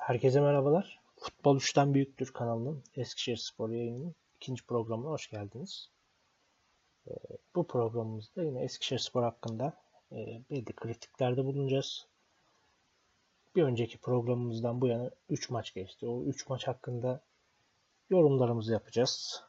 Herkese merhabalar. Futbol 3'ten Büyüktür kanalının Eskişehirspor yayınının ikinci programına hoş geldiniz. Bu programımızda yine Eskişehirspor hakkında belli kritiklerde bulunacağız. Bir önceki programımızdan bu yana 3 maç geçti. O 3 maç hakkında yorumlarımızı yapacağız.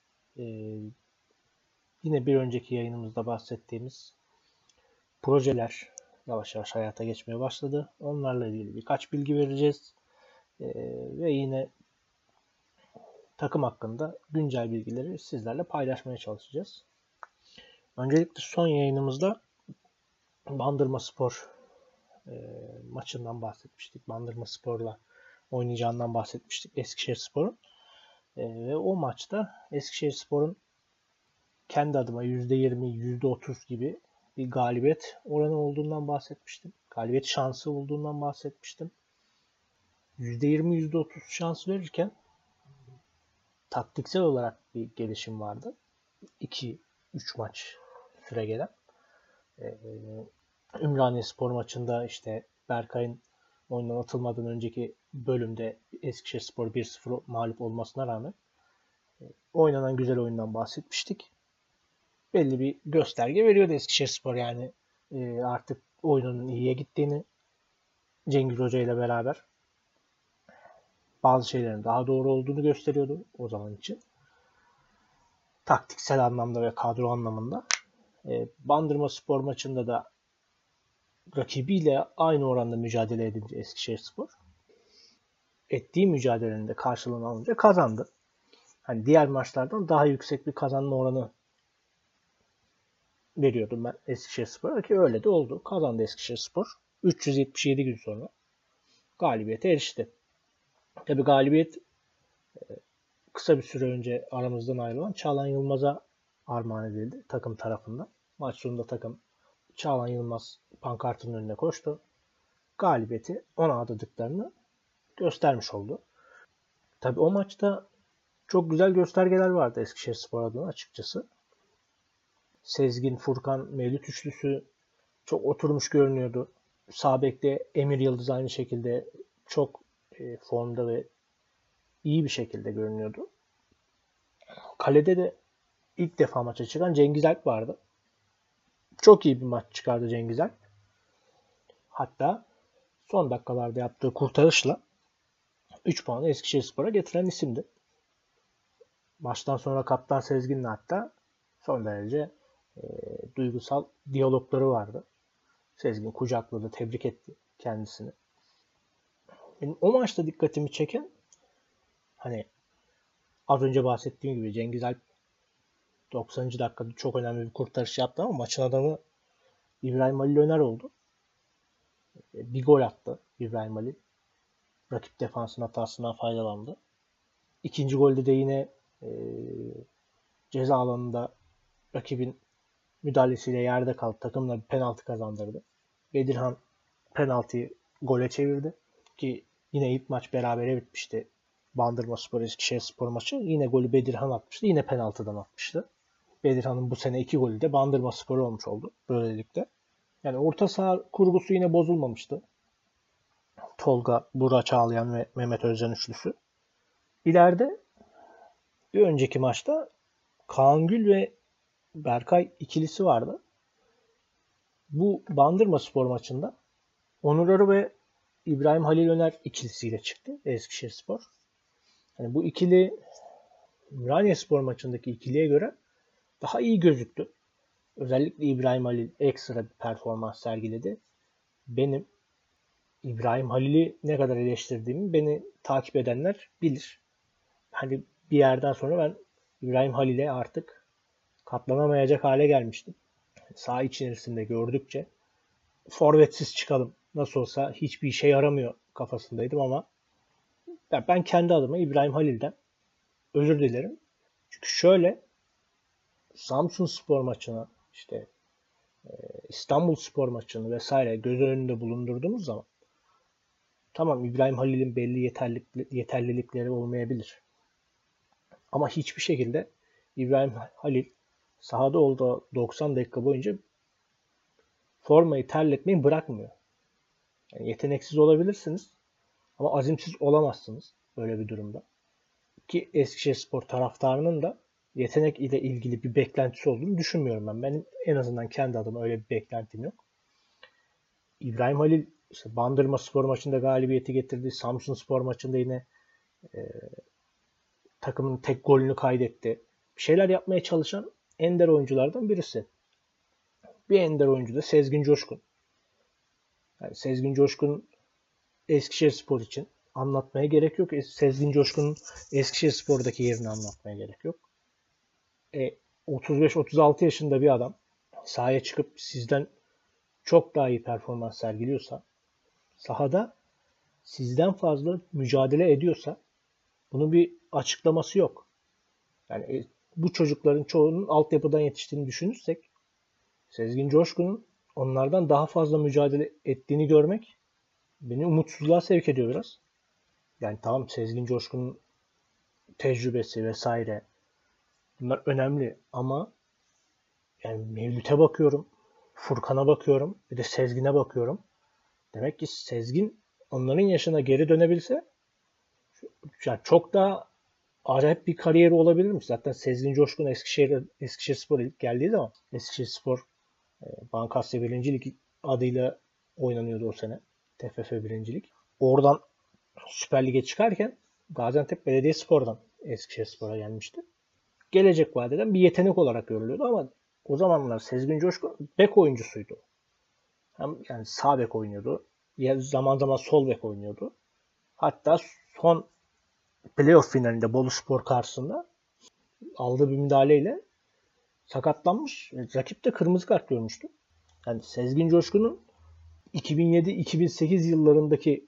Yine bir önceki yayınımızda bahsettiğimiz projeler yavaş yavaş hayata geçmeye başladı. Onlarla ilgili birkaç bilgi vereceğiz. Ve yine takım hakkında güncel bilgileri sizlerle paylaşmaya çalışacağız. Öncelikle son yayınımızda Bandırmaspor maçından bahsetmiştik. Bandırmaspor'la oynayacağından bahsetmiştik Eskişehirspor'un. Ve o maçta Eskişehirspor'un kendi adıma %20, %30 gibi bir galibiyet oranı olduğundan bahsetmiştim. Galibiyet şansı olduğundan bahsetmiştim. %20, %30 şans verirken taktiksel olarak bir gelişim vardı. 2-3 maç süre gelen. Ümraniyespor maçında işte Berkay'ın oyundan atılmadan önceki bölümde Eskişehirspor 1-0 mağlup olmasına rağmen oynanan güzel oyundan bahsetmiştik. Belli bir gösterge veriyordu Eskişehirspor, yani artık oyunun iyiye gittiğini, Cengiz Hoca ile beraber bazı şeylerin daha doğru olduğunu gösteriyordu o zaman için. Taktiksel anlamda ve kadro anlamında. Bandırmaspor maçında da rakibiyle aynı oranda mücadele edince Eskişehirspor ettiği mücadelenin de karşılığını alınca kazandı. Hani diğer maçlardan daha yüksek bir kazanma oranı veriyordum ben Eskişehirspor'a ki öyle de oldu. Kazandı Eskişehirspor. 377 gün sonra galibiyete erişti. Tabii galibiyet kısa bir süre önce aramızdan ayrılan Çağlan Yılmaz'a armağan edildi takım tarafından. Maç sonunda takım Çağlan Yılmaz pankartının önüne koştu. Galibiyeti ona adadıklarını göstermiş oldu. Tabii o maçta çok güzel göstergeler vardı Eskişehirspor adına açıkçası. Sezgin, Furkan, Mevlüt üçlüsü çok oturmuş görünüyordu. Sağ bekte Emir Yıldız aynı şekilde çok formda ve iyi bir şekilde görünüyordu. Kalede de ilk defa maça çıkan Cengiz Alp vardı. Çok iyi bir maç çıkardı Cengiz Alp. Hatta son dakikalarda yaptığı kurtarışla 3 puanı Eskişehirspor'a getiren isimdi. Maçtan sonra Kaptan Sezgin'le hatta son derece duygusal diyalogları vardı. Sezgin kucakladı, tebrik etti kendisini. Benim o maçta dikkatimi çeken, hani az önce bahsettiğim gibi Cengiz Alp 90. dakikada çok önemli bir kurtarış yaptı ama maçın adamı İbrahim Halil Öner oldu. Bir gol attı İbrahim Halil. Rakip defansın hatasından faydalandı. İkinci golde de yine ceza alanında rakibin müdahalesiyle yerde kaldı. Takımla bir penaltı kazandırdı. Bedirhan penaltıyı gole çevirdi. Ki yine ilk maç berabere bitmişti. Bandırmaspor Eskişehirspor maçı. Yine golü Bedirhan atmıştı. Yine penaltıdan atmıştı. Bedirhan'ın bu sene 2 golü de Bandırmaspor olmuş oldu böylelikle. Yani orta saha kurgusu yine bozulmamıştı. Tolga, Burak Çağlayan ve Mehmet Özcan üçlüsü. İleride bir önceki maçta Kaan Gül ve Berkay ikilisi vardı. Bu Bandırmaspor maçında Onur Arı ve İbrahim Halil Öner ikilisiyle çıktı Eskişehirspor. Yani bu ikili Ümraniyespor maçındaki ikiliye göre daha iyi gözüktü. Özellikle İbrahim Halil ekstra bir performans sergiledi. Benim İbrahim Halil'i ne kadar eleştirdiğimi beni takip edenler bilir. Hani bir yerden sonra ben İbrahim Halil'e artık katlanamayacak hale gelmiştim. Saha içerisinde gördükçe forvetsiz çıkalım. Nasıl olsa hiçbir işe yaramıyor kafasındaydım ama ben kendi adıma İbrahim Halil'den özür dilerim. Çünkü şöyle, Samsunspor maçına, işte İstanbulspor maçını vesaire göz önünde bulundurduğumuz zaman tamam, İbrahim Halil'in belli yeterlilikleri olmayabilir. Ama hiçbir şekilde İbrahim Halil sahada olduğu 90 dakika boyunca formayı terletmeyi bırakmıyor. Yani yeteneksiz olabilirsiniz Ama azimsiz olamazsınız böyle bir durumda. Ki Eskişehirspor taraftarının da yetenek ile ilgili bir beklentisi olduğunu düşünmüyorum ben. Benim en azından kendi adıma öyle bir beklentim yok. İbrahim Halil işte Bandırmaspor maçında galibiyeti getirdi. Samsunspor maçında yine takımın tek golünü kaydetti. Bir şeyler yapmaya çalışan ender oyunculardan birisi. Bir ender oyuncu da Sezgin Coşkun. Yani Sezgin Coşkun Eskişehirspor için anlatmaya gerek yok. Sezgin Coşkun'un Eskişehirspor'daki yerini anlatmaya gerek yok. 35-36 yaşında bir adam sahaya çıkıp sizden çok daha iyi performans sergiliyorsa, sahada sizden fazla mücadele ediyorsa bunun bir açıklaması yok. Yani bu çocukların çoğunun altyapıdan yetiştiğini düşünürsek Sezgin Coşkun'un onlardan daha fazla mücadele ettiğini görmek beni umutsuzluğa sevk ediyor biraz. Yani tamam Sezgin Coşkun'un tecrübesi vesaire bunlar önemli ama yani Mevlüt'e bakıyorum, Furkan'a bakıyorum, bir de Sezgin'e bakıyorum. Demek ki Sezgin onların yaşına geri dönebilse yani çok daha acayip bir kariyeri olabilirmiş. Zaten Sezgin Coşkun Eskişehirspor ilk geldiği zaman Eskişehirspor Bankasya 1. Lig adıyla oynanıyordu o sene. TFF 1. Lig. Oradan Süper Lig'e çıkarken Gaziantep Belediyespor'dan Eskişehirspor'a gelmişti. Gelecek vadeden bir yetenek olarak görülüyordu ama o zamanlar Sezgin Coşkun bek oyuncusuydu. Hem yani sağ bek oynuyordu. Ya zaman zaman sol bek oynuyordu. Hatta son playoff finalinde Boluspor karşısında aldığı bir müdahaleyle sakatlanmış. Rakip de kırmızı kart görmüştü. Yani Sezgin Coşkun'un 2007-2008 yıllarındaki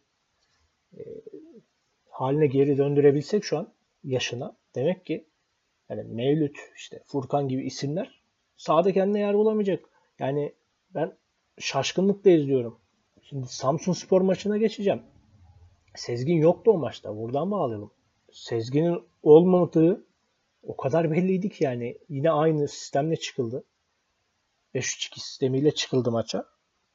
haline geri döndürebilsek şu an yaşına demek ki yani Mevlüt, işte Furkan gibi isimler sahada kendine yer bulamayacak. Yani ben şaşkınlıkla izliyorum. Şimdi Samsunspor maçına geçeceğim. Sezgin yoktu o maçta. Buradan bağlayalım. Sezgin'in olmadığı o kadar belliydi ki yani yine aynı sistemle çıkıldı. 5-3-2 sistemiyle çıkıldı maça.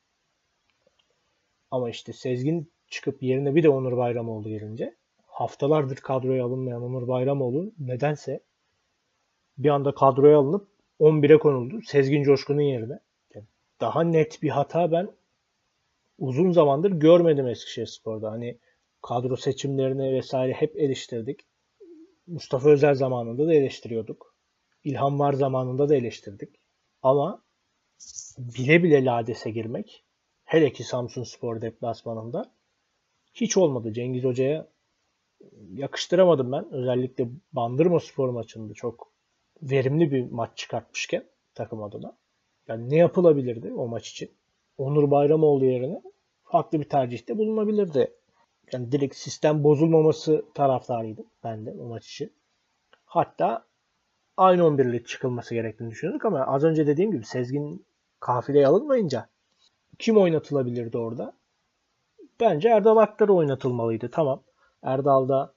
Ama işte Sezgin çıkıp yerine bir de Onur Bayramoğlu gelince haftalardır kadroya alınmayan Onur Bayramoğlu nedense bir anda kadroya alınıp 11'e konuldu. Sezgin Coşkun'un yerine. Yani daha net bir hata ben uzun zamandır görmedim Eskişehirspor'da. Hani kadro seçimlerini vesaire hep eleştirdik. Mustafa Özel zamanında da eleştiriyorduk. İlhan Var zamanında da eleştirdik. Ama bile bile Lades'e girmek, hele ki Samsunspor deplasmanında hiç olmadı. Cengiz Hoca'ya yakıştıramadım ben. Özellikle Bandırmaspor maçında çok verimli bir maç çıkartmışken takım adına. Yani ne yapılabilirdi o maç için? Onur Bayramoğlu yerine farklı bir tercihte bulunabilirdi. Yani direkt sistem bozulmaması taraftarıydım ben de o maç için. Hatta aynı 11'lik çıkılması gerektiğini düşünüyorduk ama az önce dediğim gibi Sezgin kafileye alınmayınca kim oynatılabilirdi orada? Bence Erdal Aktar oynatılmalıydı. Tamam. Erdal da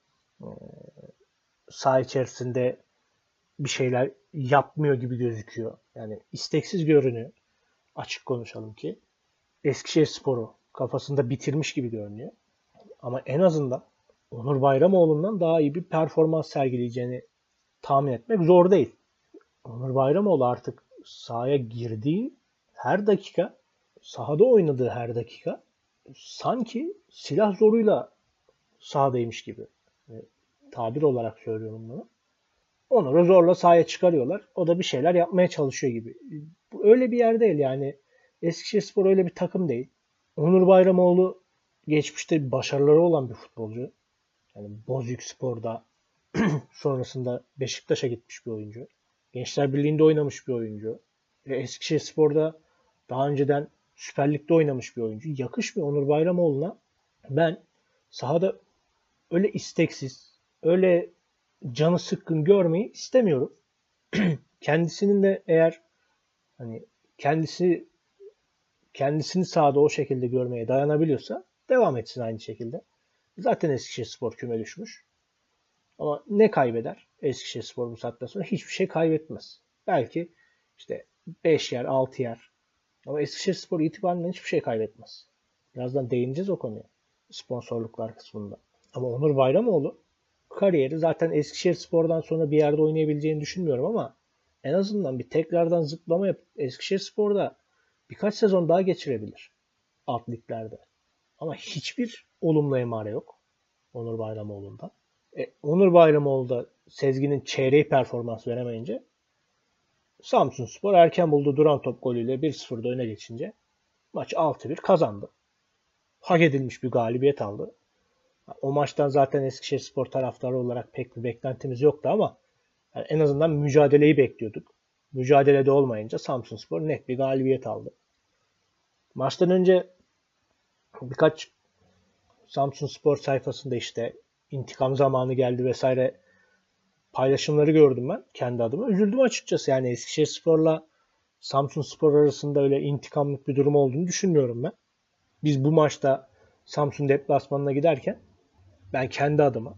saha içerisinde bir şeyler yapmıyor gibi gözüküyor. Yani isteksiz görünüyor. Açık konuşalım ki. Eskişehirspor'u kafasında bitirmiş gibi görünüyor. Ama en azından Onur Bayramoğlu'ndan daha iyi bir performans sergileyeceğini tahmin etmek zor değil. Onur Bayramoğlu artık sahaya girdiği her dakika, sahada oynadığı her dakika sanki silah zoruyla sahadaymış gibi. Tabir olarak söylüyorum bunu. Onur'u zorla sahaya çıkarıyorlar. O da bir şeyler yapmaya çalışıyor gibi. Bu öyle bir yer değil yani. Eskişehirspor öyle bir takım değil. Onur Bayramoğlu geçmişte başarıları olan bir futbolcu. Yani Bozüyükspor'da sonrasında Beşiktaş'a gitmiş bir oyuncu. Gençler Birliği'nde oynamış bir oyuncu. Eskişehirspor'da daha önceden Süper Lig'de oynamış bir oyuncu. Yakışmıyor Onur Bayramoğlu'na. Ben sahada öyle isteksiz, öyle canı sıkkın görmeyi istemiyorum. Kendisinin de eğer hani kendisini sahada o şekilde görmeye dayanabiliyorsa devam etsin aynı şekilde. Zaten Eskişehirspor küme düşmüş. Ama ne kaybeder? Eskişehirspor bu saatten sonra hiçbir şey kaybetmez. Belki işte 5 yer, 6 yer. Ama Eskişehirspor itibariyle hiçbir şey kaybetmez. Birazdan değineceğiz o konuya. sponsorluklar kısmında. Ama Onur Bayramoğlu kariyeri zaten Eskişehirspor'dan sonra bir yerde oynayabileceğini düşünmüyorum ama en azından bir tekrardan zıplama yapıp Eskişehirspor'da birkaç sezon daha geçirebilir alt liglerde. Ama hiçbir olumlu emare yok Onur Bayramoğlu'ndan. Onur Bayramoğlu da Sezgin'in çeyreği performans veremeyince Samsunspor erken bulduğu duran top golüyle 1-0'da öne geçince maç 6-1 kazandı. Hak edilmiş bir galibiyet aldı. O maçtan zaten Eskişehirspor taraftarı olarak pek bir beklentimiz yoktu ama yani en azından mücadeleyi bekliyorduk. Mücadelede olmayınca Samsunspor net bir galibiyet aldı. Maçtan önce birkaç Samsunspor sayfasında işte intikam zamanı geldi vesaire paylaşımları gördüm ben kendi adıma. Üzüldüm açıkçası, yani Eskişehirspor'la Samsunspor arasında öyle intikamlık bir durum olduğunu düşünmüyorum ben. Biz bu maçta Samsun deplasmanına giderken ben kendi adıma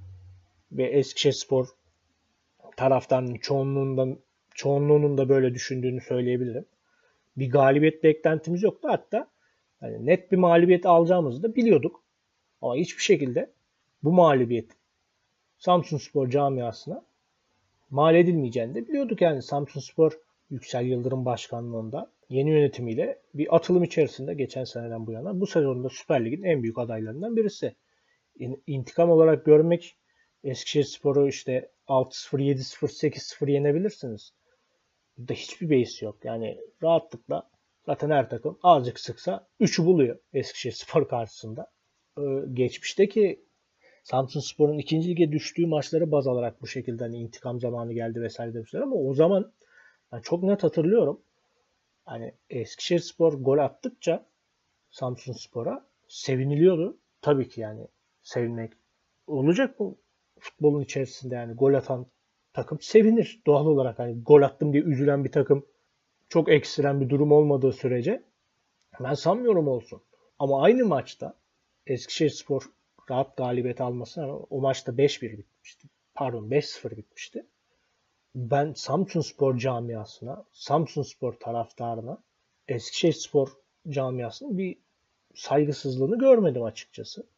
ve Eskişehirspor taraftarının çoğunluğunun da böyle düşündüğünü söyleyebilirim. Bir galibiyet beklentimiz yoktu. Hatta yani net bir mağlubiyet alacağımızı da biliyorduk. Ama hiçbir şekilde bu mağlubiyet Samsunspor camiasına mal edilmeyeceğini de biliyorduk. Yani Samsunspor Yüksel Yıldırım başkanlığında yeni yönetimiyle bir atılım içerisinde geçen seneden bu yana bu sezonda Süper Lig'in en büyük adaylarından birisi. İntikam olarak görmek, Eskişehirspor'u işte 6-0, 7-0, 8-0 yenebilirsiniz. Burada hiçbir beis yok. Yani rahatlıkla zaten her takım azıcık sıksa 3'ü buluyor Eskişehirspor karşısında. Geçmişteki Samsunspor'un 2. lige düştüğü maçları baz alarak bu şekilde hani intikam zamanı geldi vesaire demişler ama o zaman ben çok net hatırlıyorum. Hani Eskişehirspor gol attıkça Samsunspor'a seviniliyordu. Tabii ki yani sevinmek olacak bu futbolun içerisinde, yani gol atan takım sevinir doğal olarak. Hani gol attım diye üzülen bir takım, çok ekstrem bir durum olmadığı sürece ben sanmıyorum olsun. Ama aynı maçta Eskişehirspor rahat galibiyet almasına, o maçta 5-1 bitmişti. Pardon, 5-0 bitmişti. Ben Samsunspor camiasına, Samsunspor taraftarına, Eskişehirspor camiasının bir saygısızlığını görmedim açıkçası.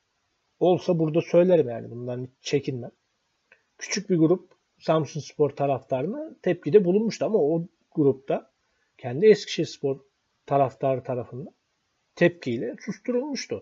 Olsa burada söylerim, yani bundan hiç çekinmem. Küçük bir grup Samsunspor taraftarına tepkide bulunmuştu ama o grupta kendi Eskişehirspor taraftarı tarafından tepkiyle susturulmuştu.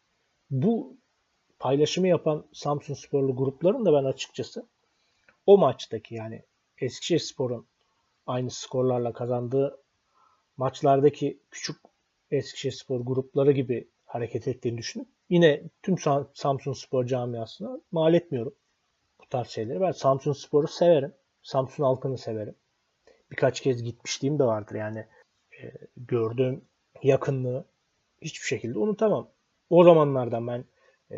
Bu paylaşımı yapan Samsunsporlu grupların da ben açıkçası o maçtaki, yani Eskişehirspor'un aynı skorlarla kazandığı maçlardaki küçük Eskişehirspor grupları gibi hareket ettiğini düşünüp yine tüm Samsunspor camiasına mal etmiyorum bu tarz şeyleri. Ben Samsunspor'u severim. Samsun halkını severim. Birkaç kez gitmişliğim de vardır yani. Gördüğüm yakınlığı hiçbir şekilde unutamam. O zamanlardan ben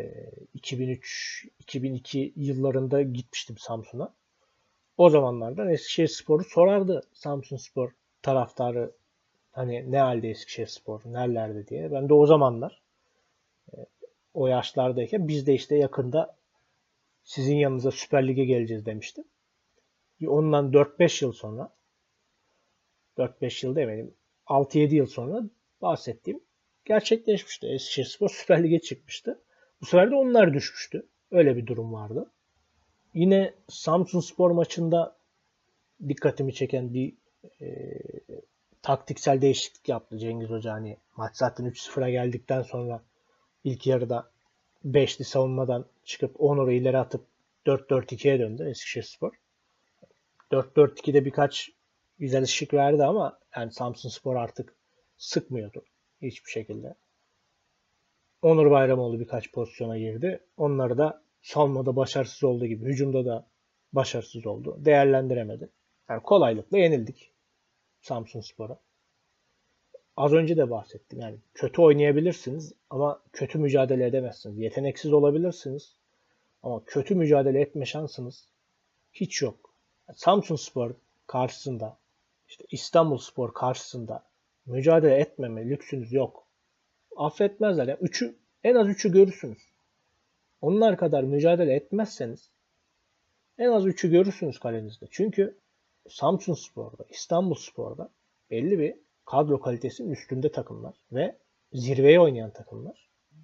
2003-2002 yıllarında gitmiştim Samsun'a. O zamanlardan Eskişehirspor'u sorardı Samsunspor taraftarı, hani ne halde Eskişehirspor, nerelerde diye. Ben de o zamanlar o yaşlardayken biz de işte yakında sizin yanınıza Süper Lig'e geleceğiz demiştim. Ondan 4-5 yıl sonra, 4-5 yıl demedim, 6-7 yıl sonra bahsettiğim gerçekleşmişti. Eskişehirspor Süper Lig'e çıkmıştı. Bu sefer de onlar düşmüştü. Öyle bir durum vardı. Yine Samsunspor maçında dikkatimi çeken bir taktiksel değişiklik yaptı Cengiz Hoca. Hani maç zaten 3-0'a geldikten sonra ilk yarıda 5'li savunmadan çıkıp Onur'u ileri atıp 4-4-2'ye döndü Eskişehirspor. 4-4-2'de birkaç güzel ışık verdi ama yani Samsunspor artık sıkmıyordu hiçbir şekilde. Onur Bayramoğlu birkaç pozisyona girdi. Onları da savunmada başarısız olduğu gibi hücumda da başarısız oldu. Değerlendiremedi. Yani kolaylıkla yenildik Samsunspor'a. Az önce de bahsettim. Yani kötü oynayabilirsiniz ama kötü mücadele edemezsiniz. Yeteneksiz olabilirsiniz ama kötü mücadele etme şansınız hiç yok. Samsunspor karşısında, işte İstanbulspor karşısında mücadele etmeme lüksünüz yok. Affetmezler. Yani en az 3'ü görürsünüz. Onlar kadar mücadele etmezseniz en az 3'ü görürsünüz kalenizde. Çünkü Samsunspor'da, İstanbulspor'da belli bir kadro kalitesinin üstünde takımlar ve zirveye oynayan takımlar.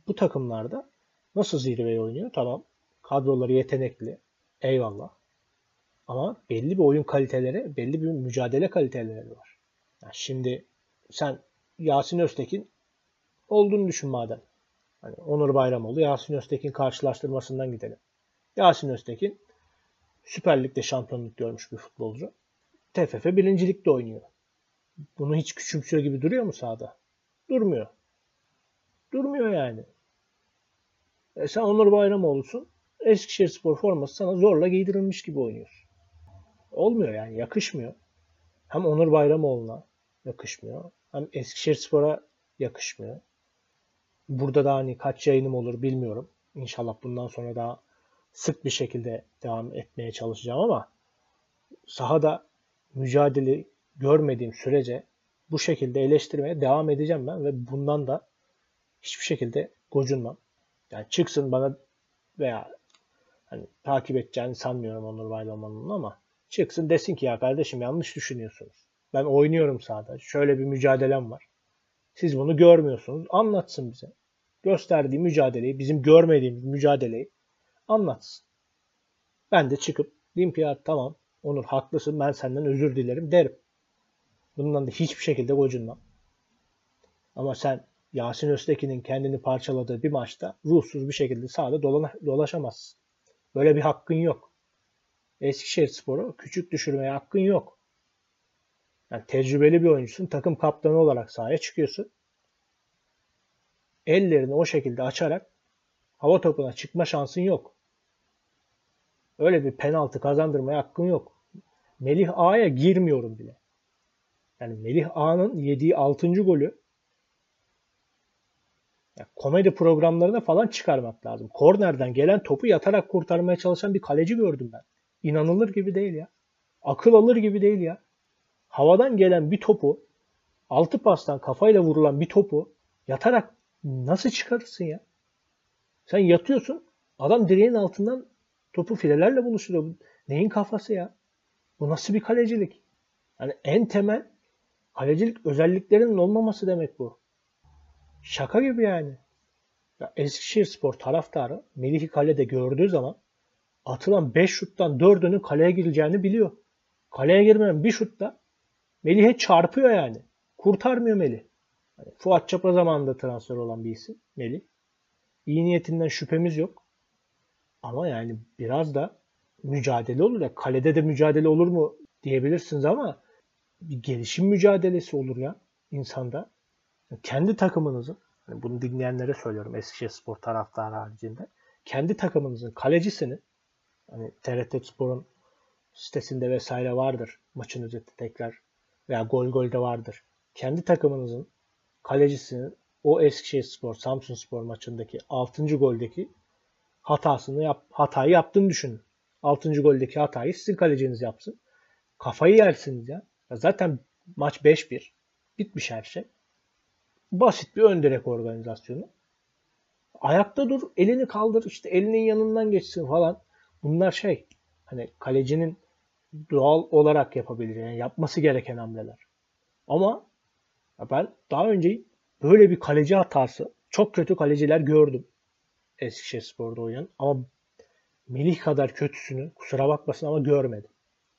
bu takımlarda nasıl zirveye oynuyor? Tamam. Kadroları yetenekli. Eyvallah. Ama belli bir oyun kaliteleri, belli bir mücadele kaliteleri var. Yani şimdi sen Yasin Öztekin olduğunu düşün madem. Hani Onur Bayramoğlu, Yasin Öztekin karşılaştırmasından gidelim. Yasin Öztekin Süper Lig'de şampiyonluk görmüş bir futbolcu. TFF 1. Lig'de oynuyor. Bunu hiç küçümsüyor gibi duruyor mu sahada? Durmuyor. Durmuyor yani. Sen Onur Bayramoğlu'sun. Eskişehirspor forması sana zorla giydirilmiş gibi oynuyorsun. Olmuyor yani. Yakışmıyor. Hem Onur Bayramoğlu'na yakışmıyor. Hem Eskişehirspor'a yakışmıyor. Burada da hani kaç yayınım olur bilmiyorum. İnşallah bundan sonra daha sık bir şekilde devam etmeye çalışacağım ama sahada mücadele görmediğim sürece bu şekilde eleştirmeye devam edeceğim ben ve bundan da hiçbir şekilde gocunmam. Yani çıksın bana veya hani takip edeceğini sanmıyorum Onur Bayramoğlu'nun ama çıksın desin ki ya kardeşim yanlış düşünüyorsunuz. Ben oynuyorum sahada. Şöyle bir mücadelem var. Siz bunu görmüyorsunuz. Anlatsın bize. Gösterdiği mücadeleyi, bizim görmediğimiz mücadeleyi anlatsın. Ben de çıkıp diyeyim ki ya tamam Onur haklısın ben senden özür dilerim derim. Bundan da hiçbir şekilde gocunmam. Ama sen Yasin Öztekin'in kendini parçaladığı bir maçta ruhsuz bir şekilde sahada dolaşamazsın. Böyle bir hakkın yok. Eskişehirspor'u küçük düşürmeye hakkın yok. Yani tecrübeli bir oyuncusun. Takım kaptanı olarak sahaya çıkıyorsun. Ellerini o şekilde açarak hava topuna çıkma şansın yok. Öyle bir penaltı kazandırmaya hakkın yok. Melih Ağa'ya girmiyorum bile. Yani Melih Ağa'nın yediği 6. golü ya komedi programlarına falan çıkarmak lazım. Kornerden gelen topu yatarak kurtarmaya çalışan bir kaleci gördüm ben. İnanılır gibi değil ya. Akıl alır gibi değil ya. Havadan gelen bir topu, 6 pastan kafayla vurulan bir topu yatarak nasıl çıkarırsın ya? Sen yatıyorsun, adam direğin altından topu filelerle buluşturuyor. Neyin kafası ya? Bu nasıl bir kalecilik? Yani en temel kalecilik özelliklerinin olmaması demek bu. Şaka gibi yani. Ya Eskişehirspor taraftarı Melih'i kalede gördüğü zaman atılan 5 şuttan 4'ünün kaleye gireceğini biliyor. Kaleye girmeyen bir şutta Melih'e çarpıyor yani. Kurtarmıyor Melih. Yani Fuat Çapra zamanında transfer olan bir isim Melih. İyi niyetinden şüphemiz yok. Ama yani biraz da mücadele olur ya. Kalede de mücadele olur mu diyebilirsiniz ama bir gelişim mücadelesi olur ya insanda. Kendi takımınızın, hani bunu dinleyenlere söylüyorum Eskişehirspor taraftarı haricinde. Kendi takımınızın kalecisini hani TRT Spor'un sitesinde vesaire vardır. Maçın özeti tekrar veya gol golde vardır. Kendi takımınızın kalecisinin o Eskişehirspor Samsunspor maçındaki 6. goldeki hatayı yaptığını düşünün. 6. goldeki hatayı sizin kaleciniz yapsın. Kafayı yersiniz ya. Zaten maç 5-1. Bitmiş her şey. Basit bir ön direk organizasyonu. Ayakta dur, elini kaldır, işte elinin yanından geçsin falan. Bunlar hani kalecinin doğal olarak yapabilir. Yani yapması gereken hamleler. Ama ben daha önce böyle bir kaleci hatası, çok kötü kaleciler gördüm Eskişehirspor'da oynayan. Ama Melih kadar kötüsünü kusura bakmasın ama görmedim.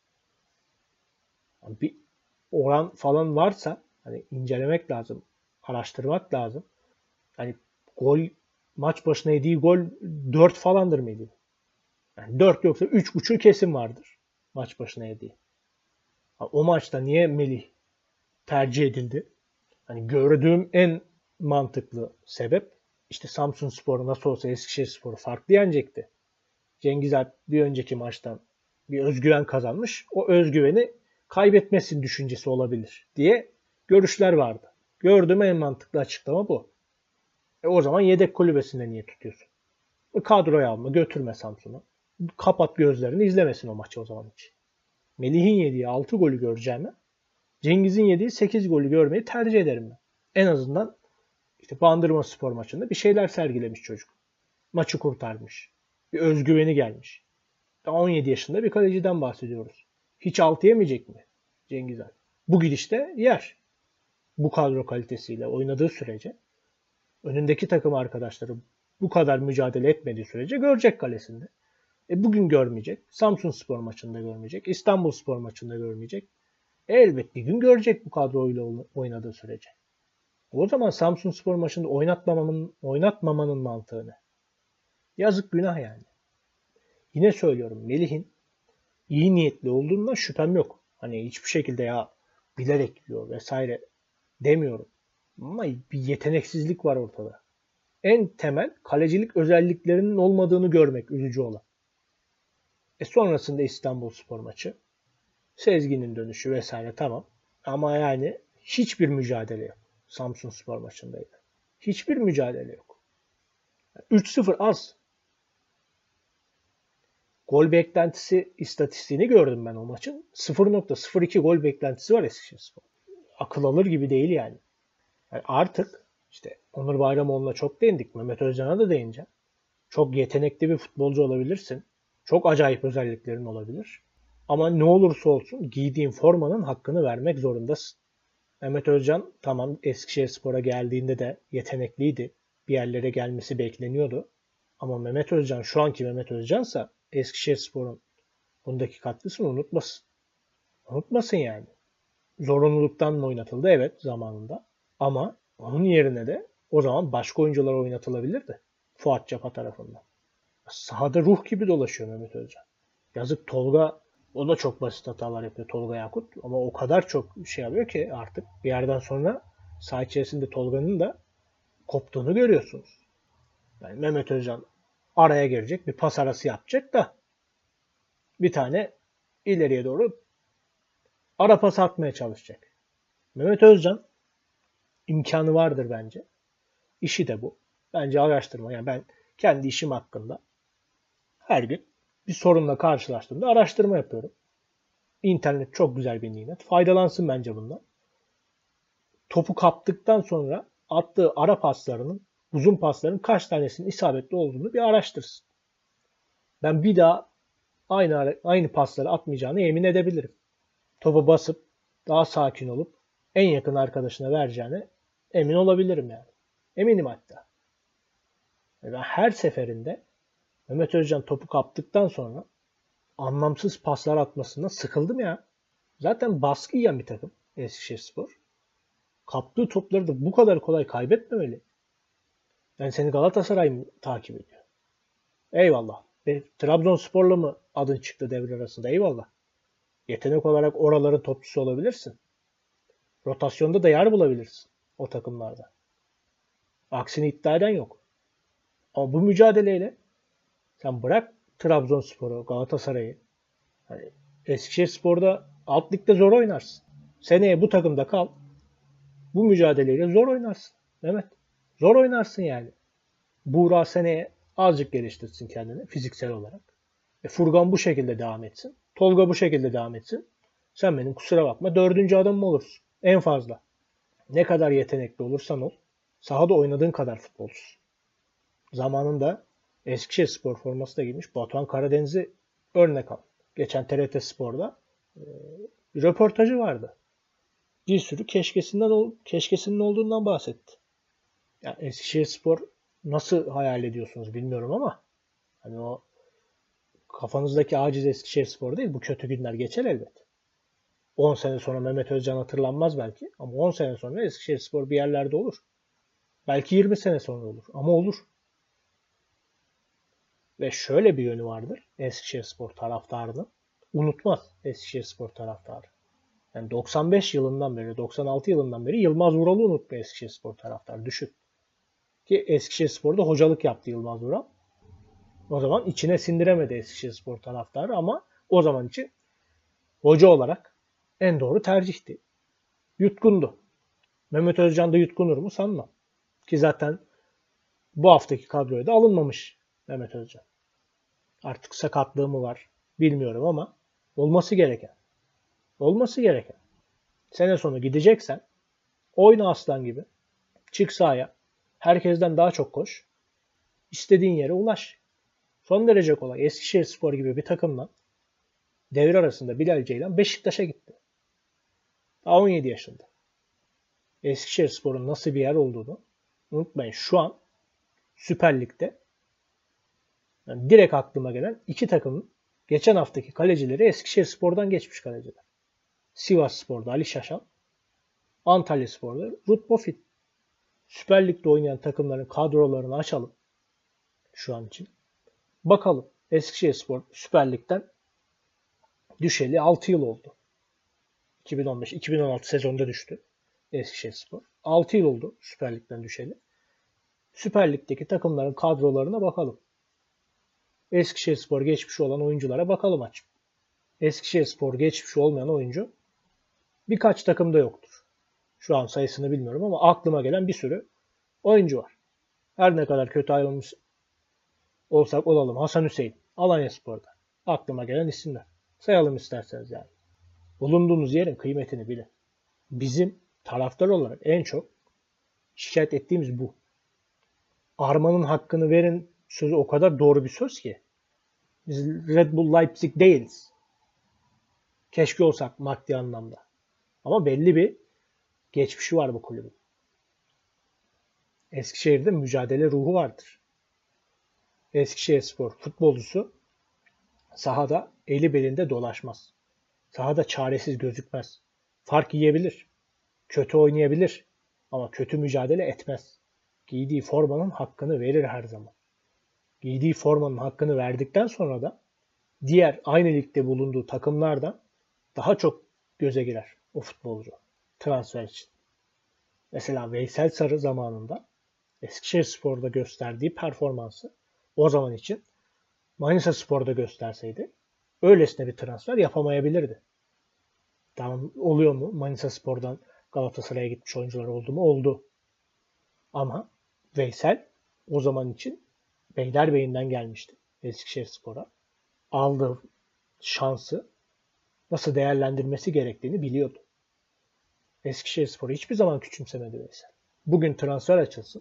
Yani bir oran falan varsa hani incelemek lazım, araştırmak lazım. Hani gol maç başına yediği gol 4 falandır Melih. Yani 4 yoksa 3,5 kesin vardır maç başına yediği. O maçta niye Melih tercih edildi? Hani gördüğüm en mantıklı sebep işte Samsunspor'u nasıl olsa Eskişehirspor'u farklı yenecekti. Cengiz Alp bir önceki maçtan bir özgüven kazanmış. O özgüveni kaybetmesin düşüncesi olabilir diye görüşler vardı. Gördüğüm en mantıklı açıklama bu. O zaman yedek kulübesinde niye tutuyorsun? Kadroya alma, götürme Samsun'u. Kapat gözlerini, izlemesin o maçı o zaman hiç. Melih'in yediği 6 golü göreceğime Cengiz'in yediği 8 golü görmeyi tercih ederim ben. En azından işte Bandırmaspor maçında bir şeyler sergilemiş çocuk. Maçı kurtarmış. Bir özgüveni gelmiş. Daha 17 yaşında bir kaleciden bahsediyoruz. Hiç 6 yemeyecek mi Cengiz Han? Bu gidişte yer. Bu kadro kalitesiyle oynadığı sürece önündeki takım arkadaşları bu kadar mücadele etmediği sürece görecek kalesinde. Bugün görmeyecek. Samsunspor maçında görmeyecek. İstanbulspor maçında görmeyecek. Elbet bir gün görecek bu kadroyla oynadığı sürece. O zaman Samsunspor maçında oynatmamanın mantığı ne? Yazık, günah yani. Yine söylüyorum, Melih'in iyi niyetli olduğundan şüphem yok. Hani hiçbir şekilde ya bilerek diyor vesaire demiyorum. Ama bir yeteneksizlik var ortada. En temel kalecilik özelliklerinin olmadığını görmek üzücü olan. Sonrasında İstanbulspor maçı. Sezgin'in dönüşü vesaire tamam. Ama yani hiçbir mücadele yok. Samsunspor maçındaydı. Hiçbir mücadele yok. 3-0 az. Gol beklentisi istatistiğini gördüm ben o maçın. 0.02 gol beklentisi var Eskişehirspor. Akıl alır gibi değil yani. Yani artık işte Onur Bayramoğlu'na çok değindik. Mehmet Özcan'a da değineceğim. Çok yetenekli bir futbolcu olabilirsin. Çok acayip özelliklerin olabilir. Ama ne olursa olsun giydiğin formanın hakkını vermek zorundasın. Mehmet Özcan tamam Eskişehirspor'a geldiğinde de yetenekliydi. Bir yerlere gelmesi bekleniyordu. Ama Mehmet Özcan şu anki Mehmet Özcan'sa Eskişehirspor'un bundaki katkısını unutmasın. Unutmasın yani. Zorunluluktan mı oynatıldı? Evet, zamanında. Ama onun yerine de o zaman başka oyuncular oynatılabilirdi. Fuat Çapa tarafından. Sahada ruh gibi dolaşıyor Mehmet Özcan. Yazık Tolga, o da çok basit hatalar yapıyor Tolga Yakut. Ama o kadar çok şey yapıyor ki artık bir yerden sonra saha içerisinde Tolga'nın da koptuğunu görüyorsunuz. Yani Mehmet Özcan araya girecek, bir pas arası yapacak da bir tane ileriye doğru ara pas atmaya çalışacak. Mehmet Özcan imkanı vardır bence. İşi de bu. Bence araştırma. Yani ben kendi işim hakkında her gün bir sorunla karşılaştığımda araştırma yapıyorum. İnternet çok güzel bir nimet. Faydalansın bence bundan. Topu kaptıktan sonra attığı ara paslarının, uzun pasların kaç tanesinin isabetli olduğunu bir araştırsın. Ben bir daha aynı pasları atmayacağını yemin edebilirim. Topu basıp daha sakin olup en yakın arkadaşına vereceğine emin olabilirim yani. Eminim hatta. Ben her seferinde Mehmet Özcan topu kaptıktan sonra anlamsız paslar atmasından sıkıldım ya. Zaten baskı yiyen bir takım Eskişehirspor. Kaptığı topları da bu kadar kolay kaybetmemeli. Yani seni Galatasaray mı takip ediyor? Eyvallah. Trabzonspor'la mı adın çıktı devre arasında? Eyvallah. Yetenek olarak oraların topçusu olabilirsin. Rotasyonda da yer bulabilirsin o takımlarda. Aksini iddia eden yok. Ama bu mücadeleyle sen bırak Trabzonspor'u, Galatasaray'ı. Hani Eskişehirspor'da alt ligde zor oynarsın. Seneye bu takımda kal. Bu mücadeleyle zor oynarsın. Mehmet. Zor oynarsın yani. Buğra seneye azıcık geliştirsin kendini fiziksel olarak. Furkan bu şekilde devam etsin. Tolga bu şekilde devam etsin. Sen benim kusura bakma 4. adamım olursun. En fazla. Ne kadar yetenekli olursan ol. Sahada oynadığın kadar futbolcusun. Zamanında Eskişehirspor forması da giymiş Batuhan Karadeniz'i örnek al. Geçen TRT Spor'da bir röportajı vardı. Bir sürü keşkesinin olduğundan bahsetti. Yani Eskişehirspor nasıl hayal ediyorsunuz bilmiyorum ama hani o kafanızdaki aciz Eskişehirspor değil, bu kötü günler geçer elbet. 10 sene sonra Mehmet Özcan hatırlanmaz belki ama 10 sene sonra Eskişehirspor bir yerlerde olur. Belki 20 sene sonra olur ama olur. Ve şöyle bir yönü vardır Eskişehirspor taraftarının. Unutmaz Eskişehirspor taraftarı. Yani 95 yılından beri, 96 yılından beri Yılmaz Vural'ı unutmuyor Eskişehirspor taraftarı. Düşün. Ki Eskişehirspor'da hocalık yaptı Yılmaz Vural. O zaman içine sindiremedi Eskişehirspor taraftarı ama o zaman için hoca olarak en doğru tercihti. Yutkundu. Mehmet Özcan da yutkunur mu sanmam. Ki zaten bu haftaki kadroya da alınmamış Mehmet Özcan. Artık sakatlığı mı var bilmiyorum ama olması gereken. Olması gereken. Sene sonu gideceksen oyna aslan gibi. Çık sahaya. Herkesten daha çok koş. İstediğin yere ulaş. Son derece kolay. Eskişehirspor gibi bir takımla devre arasında Bilal Ceylan Beşiktaş'a gitti. Daha 17 yaşında. Eskişehirspor'un nasıl bir yer olduğunu Unutmayın, şu an Süper Lig'de yani direkt aklıma gelen iki takımın geçen haftaki kalecileri Eskişehirspor'dan geçmiş kaleciler. Sivasspor'da Ali Şaşan, Antalyaspor'da Ruth Boffin. Süper Lig'de oynayan takımların kadrolarını açalım şu an için. Bakalım, Eskişehirspor Süper Lig'den düşeli 6 yıl oldu. 2015-2016 sezonda düştü Eskişehirspor. 6 yıl oldu Süper Lig'den düşeli. Süper Lig'deki takımların kadrolarına bakalım. Eskişehirspor geçmiş olan oyunculara bakalım açık. Eskişehirspor geçmiş olmayan oyuncu birkaç takımda yoktur. Şu an sayısını bilmiyorum ama aklıma gelen bir sürü oyuncu var. Her ne kadar kötü ayrılmış olsak olalım. Hasan Hüseyin, Alanyaspor'da. Aklıma gelen isimler. Sayalım isterseniz yani. Bulunduğunuz yerin kıymetini bilin. Bizim taraftar olarak en çok şikayet ettiğimiz bu. Armanın hakkını verin sözü o kadar doğru bir söz ki. Biz Red Bull Leipzig değiliz. Keşke olsak maddi anlamda. Ama belli bir geçmişi var bu kulübün. Eskişehir'de mücadele ruhu vardır. Eskişehirspor futbolcusu sahada eli belinde dolaşmaz. Sahada çaresiz gözükmez. Fark yiyebilir. Kötü oynayabilir. Ama kötü mücadele etmez. Giydiği formanın hakkını verir her zaman. Giydiği formanın hakkını verdikten sonra da diğer aynı ligde bulunduğu takımlardan daha çok göze girer o futbolcu transfer için. Mesela Veysel Sarı zamanında Eskişehirspor'da gösterdiği performansı o zaman için Manisaspor'da gösterseydi öylesine bir transfer yapamayabilirdi. Tamam, oluyor mu? Manisaspor'dan Galatasaray'a gitmiş oyuncular oldu mu? Oldu. Ama Veysel o zaman için Beylerbeyi'nden gelmişti Eskişehirspor'a. Aldığı şansı nasıl değerlendirmesi gerektiğini biliyordu. Eskişehirspor'u hiçbir zaman küçümsemedi Veysel. Bugün transfer açılsın.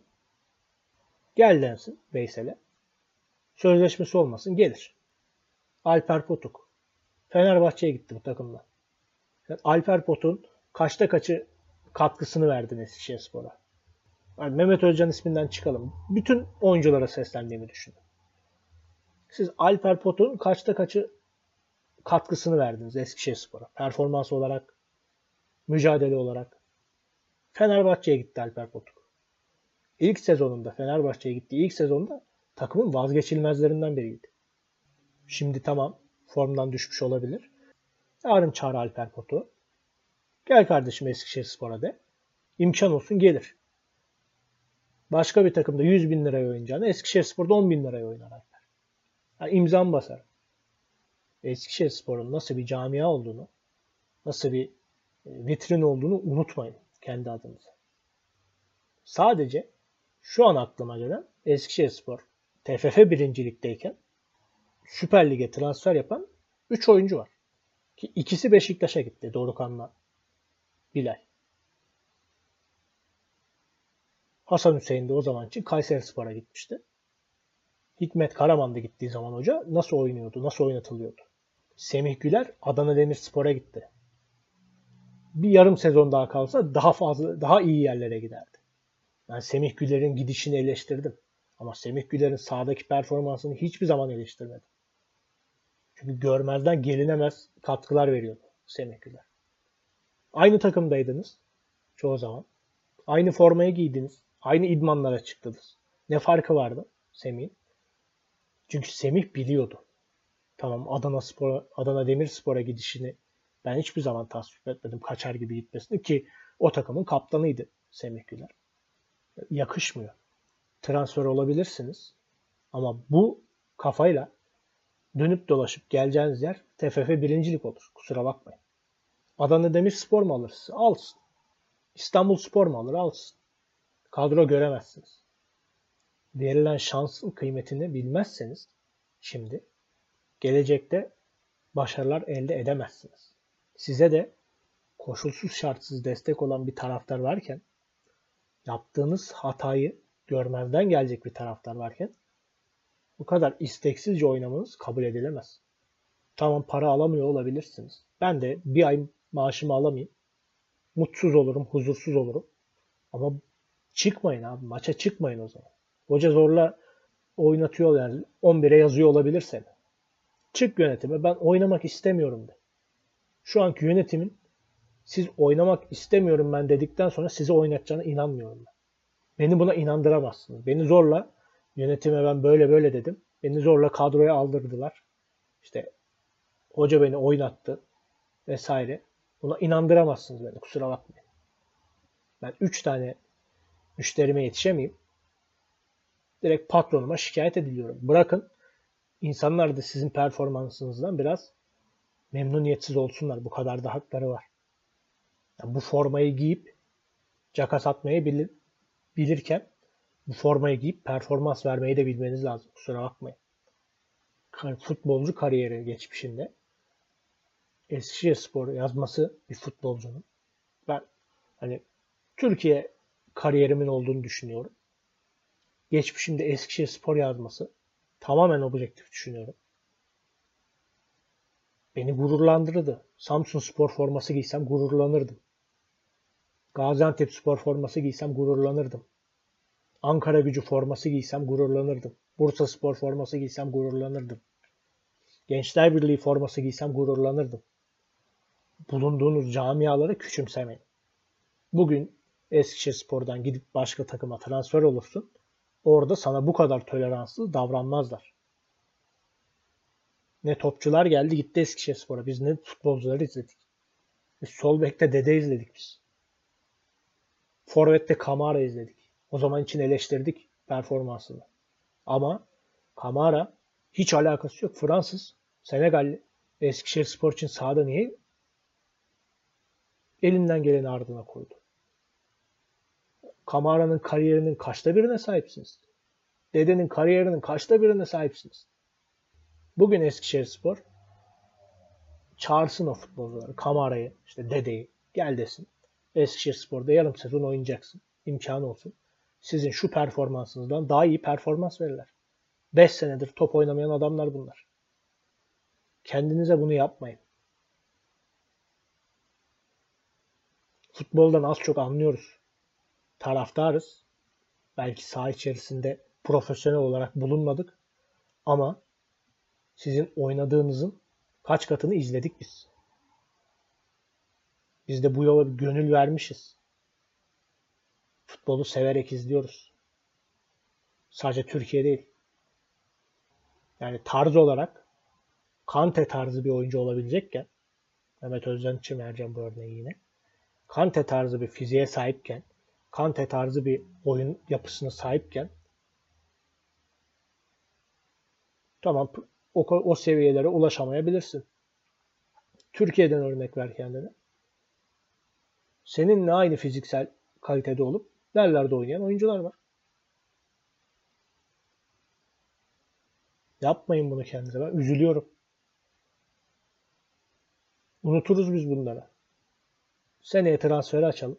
Gel densin Veysel'e. Sözleşmesi olmasın, gelir. Alper Potuk. Fenerbahçe'ye gitti bu takımdan. Yani Alper Potuk'un kaçta kaçı katkısını verdin Eskişehirspor'a. Yani Mehmet Özcan isminden çıkalım. Bütün oyunculara seslendiğimi düşünün. Siz Alper Potuk'un kaçta kaçı katkısını verdiniz Eskişehirspor'a. Performans olarak, mücadele olarak. Fenerbahçe'ye gitti Alper Potuk. İlk sezonunda, Fenerbahçe'ye gittiği ilk sezonda takımın vazgeçilmezlerinden biriydi. Şimdi tamam, formdan düşmüş olabilir. Yarın çağır Alper Potuk'u. Gel kardeşim Eskişehirspor'a de. İmkan olsun, gelir. Başka bir takımda 100 bin liraya oynayacağını Eskişehirspor'da 10 bin liraya oynar Alper. Yani imzam basar. Eskişehirspor'un nasıl bir camia olduğunu, nasıl bir vitrin olduğunu unutmayın kendi adınıza. Sadece şu an aklıma gelen Eskişehirspor TFF 1. Lig'deyken Süper Lig'e transfer yapan 3 oyuncu var. Ki ikisi Beşiktaş'a gitti. Dorukhan'la Bilal. Hasan Hüseyin de o zaman için Kayserispor'a gitmişti. Hikmet Karaman da gittiği zaman hoca nasıl oynuyordu, nasıl oynatılıyordu. Semih Güler Adana Demirspor'a gitti. Bir yarım sezon daha kalsa daha fazla, daha iyi yerlere giderdi. Ben Semih Güler'in gidişini eleştirdim. Ama Semih Güler'in sahadaki performansını hiçbir zaman eleştirmedim. Çünkü görmezden gelinemez katkılar veriyordu Semih Güler. Aynı takımdaydınız çoğu zaman. Aynı formayı giydiniz. Aynı idmanlara çıktınız. Ne farkı vardı Semih'in? Çünkü Semih biliyordu. Tamam, Adana Demirspor'a gidişini ben hiçbir zaman tasvip etmedim. Kaçar gibi gitmesini, ki o takımın kaptanıydı Semih Güler. Yakışmıyor. Transfer olabilirsiniz ama bu kafayla dönüp dolaşıp geleceğiniz yer TFF 1. Lig olur. Kusura bakmayın. Adana Demirspor mu alır? Alsın. İstanbulspor mu alır? Alsın. Kadro göremezsiniz. Verilen şansın kıymetini bilmezseniz şimdi gelecekte başarılar elde edemezsiniz. Size de koşulsuz şartsız destek olan bir taraftar varken, yaptığınız hatayı görmezden gelecek bir taraftar varken bu kadar isteksizce oynamanız kabul edilemez. Tamam, para alamıyor olabilirsiniz. Ben de bir ay maaşımı alamayayım. Mutsuz olurum, huzursuz olurum. Ama Çıkmayın abi. Maça çıkmayın o zaman. Hoca zorla oynatıyor yani. 11'e yazıyor olabilir seni. Çık yönetime. Ben oynamak istemiyorum de. Şu anki yönetimin siz oynamak istemiyorum ben dedikten sonra sizi oynatacağına inanmıyorum ben. Beni buna inandıramazsınız. Beni zorla yönetime ben böyle böyle dedim. Beni zorla kadroya aldırdılar. İşte hoca beni oynattı vesaire. Buna inandıramazsınız beni. Kusura bakmayın. Ben 3 tane müşterime yetişemeyeyim. Direkt patronuma şikayet ediliyorum. Bırakın insanlar da sizin performansınızdan biraz memnuniyetsiz olsunlar. Bu kadar da hakları var. Yani bu formayı giyip caka satmayı bilirken bu formayı giyip performans vermeyi de bilmeniz lazım. Kusura bakmayın. Futbolcu kariyeri geçmişinde Eskişehirspor yazması bir futbolcunun. Ben hani Türkiye kariyerimin olduğunu düşünüyorum. Geçmişimde Eskişehirspor yazması tamamen objektif düşünüyorum. Beni gururlandırdı. Samsunspor forması giysem gururlanırdım. Gaziantepspor forması giysem gururlanırdım. Ankara forması giysem gururlanırdım. Bursaspor forması giysem gururlanırdım. Gençler Birliği forması giysem gururlanırdım. Bulunduğunuz camiaları küçümsemeyin. Bugün Eskişehirspor'dan gidip başka takıma transfer olursun. Orada sana bu kadar toleranslı davranmazlar. Ne topçular geldi gitti Eskişehirspor'a. Biz ne futbolcuları izledik. Biz sol bekte Dede izledik biz. Forvet'te Kamara izledik. O zaman için eleştirdik performansını. Ama Kamara hiç alakası yok. Fransız, Senegalli. Eskişehirspor için sahada niye elinden geleni ardına koydu? Kamara'nın kariyerinin kaçta birine sahipsiniz? Dede'nin kariyerinin kaçta birine sahipsiniz? Bugün Eskişehirspor çağırsın o futbolcuları. Kamara'yı, işte Dede'yi gel desin. Eskişehirspor'da yarım sezon oynayacaksın. İmkanı olsun. Sizin şu performansınızdan daha iyi performans verirler. 5 senedir top oynamayan adamlar bunlar. Kendinize bunu yapmayın. Futboldan az çok anlıyoruz. Taraftarız. Belki saha içerisinde profesyonel olarak bulunmadık. Ama sizin oynadığınızın kaç katını izledik biz. Biz de bu yola bir gönül vermişiz. Futbolu severek izliyoruz. Sadece Türkiye değil. Yani tarz olarak Kante tarzı bir oyuncu olabilecekken Mehmet Özcan için vereceğim bu örneği yine. Kante tarzı bir fiziğe sahipken, Kante tarzı bir oyun yapısına sahipken tamam o seviyelere ulaşamayabilirsin. Türkiye'den örnek ver kendine. Seninle aynı fiziksel kalitede olup nerelerde oynayan oyuncular var. Yapmayın bunu kendinize. Ben üzülüyorum. Unuturuz biz bunları. Seneye transferi açalım.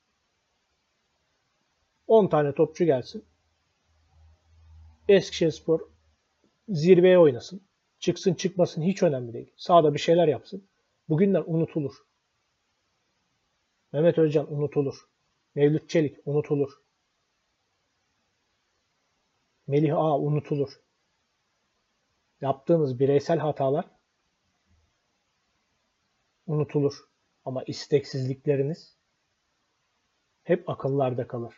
10 tane topçu gelsin. Eskişehirspor zirveye oynasın. Çıksın çıkmasın hiç önemli değil. Sahada bir şeyler yapsın. Bugünler unutulur. Mehmet Özcan unutulur. Mevlüt Çelik unutulur. Melih Ağa unutulur. Yaptığınız bireysel hatalar unutulur. Ama isteksizlikleriniz hep akıllarda kalır.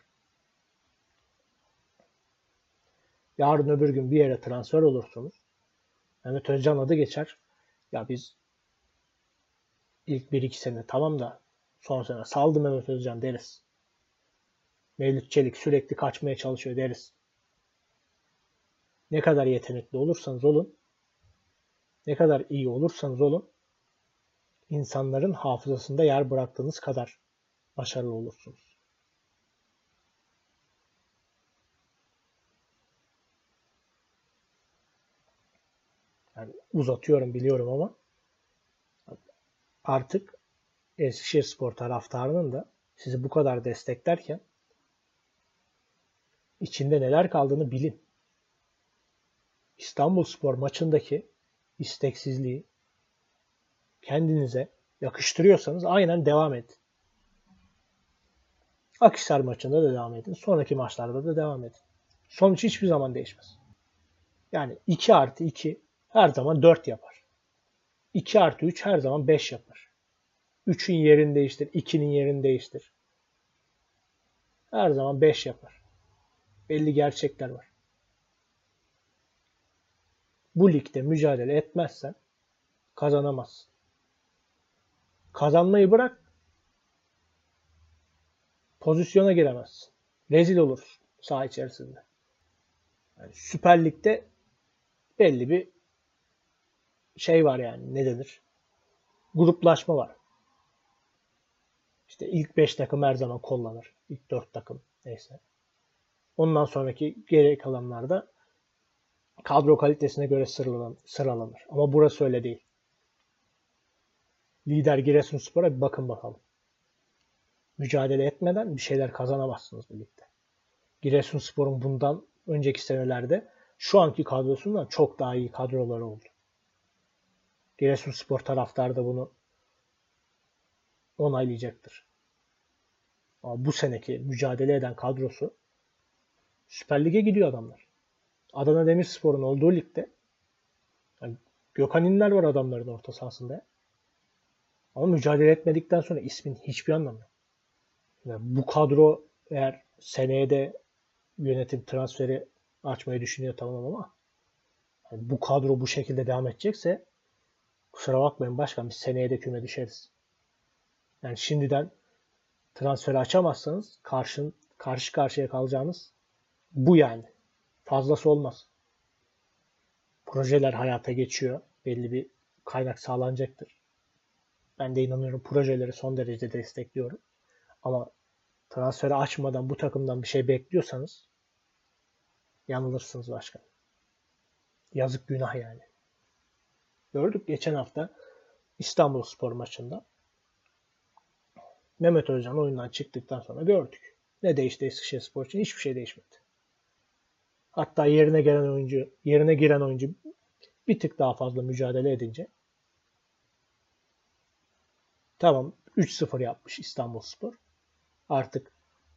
Yarın öbür gün bir yere transfer olursunuz. Mehmet Özcan adı geçer. Ya biz ilk 1-2 sene tamam da son sene saldı Mehmet Özcan deriz. Mevlüt Çelik sürekli kaçmaya çalışıyor deriz. Ne kadar yetenekli olursanız olun, ne kadar iyi olursanız olun, insanların hafızasında yer bıraktığınız kadar başarılı olursunuz. Yani uzatıyorum biliyorum ama artık Eskişehirspor taraftarının da sizi bu kadar desteklerken içinde neler kaldığını bilin. İstanbulspor maçındaki isteksizliği kendinize yakıştırıyorsanız aynen devam edin. Akhisar maçında da devam edin. Sonraki maçlarda da devam edin. Sonuç hiçbir zaman değişmez. Yani 2 artı 2 her zaman 4 yapar. 2 artı 3 her zaman 5 yapar. 3'ün yerini değiştir, 2'nin yerini değiştir. Her zaman 5 yapar. Belli gerçekler var. Bu ligde mücadele etmezsen kazanamazsın. Kazanmayı bırak, pozisyona giremezsin. Rezil olursun saha içerisinde. Yani Süper Lig'de belli bir şey var yani, ne denir? Gruplaşma var. İşte ilk 5 takım her zaman kollanır. İlk 4 takım neyse. Ondan sonraki geri kalanlarda kadro kalitesine göre sıralanır. Ama burası öyle değil. Lider Giresunspor'a bir bakın bakalım. Mücadele etmeden bir şeyler kazanamazsınız birlikte. Giresunspor'un bundan önceki senelerde şu anki kadrosundan çok daha iyi kadroları oldu. Giresunspor taraftarı da bunu onaylayacaktır. Ama bu seneki mücadele eden kadrosu Süper Lig'e gidiyor adamlar. Adana Demirspor'un olduğu ligde yani Gökhan İnler var adamların orta sahasında. Ama mücadele etmedikten sonra ismin hiçbir anlamı yok. Yani bu kadro eğer seneye de yönetim transferi açmayı düşünüyor tamam ama yani bu kadro bu şekilde devam edecekse kusura bakmayın başkan, biz seneye de küme düşeriz. Yani şimdiden transferi açamazsanız karşı karşıya kalacağınız bu yani. Fazlası olmaz. Projeler hayata geçiyor. Belli bir kaynak sağlanacaktır. Ben de inanıyorum, projeleri son derece destekliyorum. Ama transferi açmadan bu takımdan bir şey bekliyorsanız yanılırsınız başkan. Yazık, günah yani. Gördük geçen hafta İstanbulspor maçında. Mehmet Özcan oyundan çıktıktan sonra gördük. Ne değişti Eskişehirspor için? Hiçbir şey değişmedi. Hatta yerine giren oyuncu bir tık daha fazla mücadele edince tamam 3-0 yapmış İstanbulspor. Artık